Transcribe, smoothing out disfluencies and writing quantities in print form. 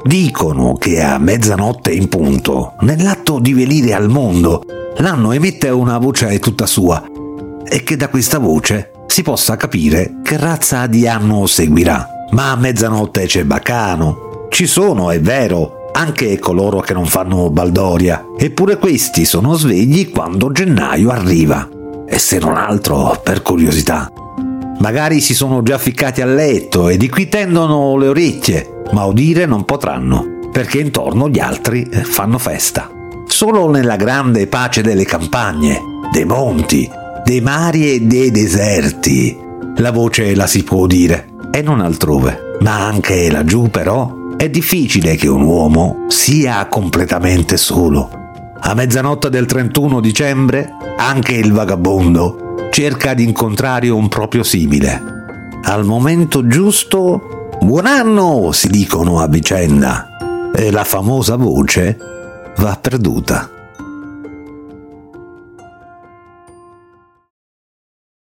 Dicono che a mezzanotte in punto, nell'atto di venire al mondo, l'anno emette una voce tutta sua e che da questa voce si possa capire che razza di anno seguirà. Ma a mezzanotte c'è baccano. Ci sono, è vero, anche coloro che non fanno baldoria, eppure questi sono svegli quando gennaio arriva. E se non altro per curiosità. Magari si sono già ficcati al letto e di qui tendono le orecchie, ma udire non potranno, perché intorno gli altri fanno festa. Solo nella grande pace delle campagne, dei monti, dei mari e dei deserti, la voce la si può udire, e non altrove. Ma anche laggiù, però, è difficile che un uomo sia completamente solo. A mezzanotte del 31 dicembre, anche il vagabondo cerca di incontrare un proprio simile. Al momento giusto, buon anno, si dicono a vicenda, e la famosa voce va perduta.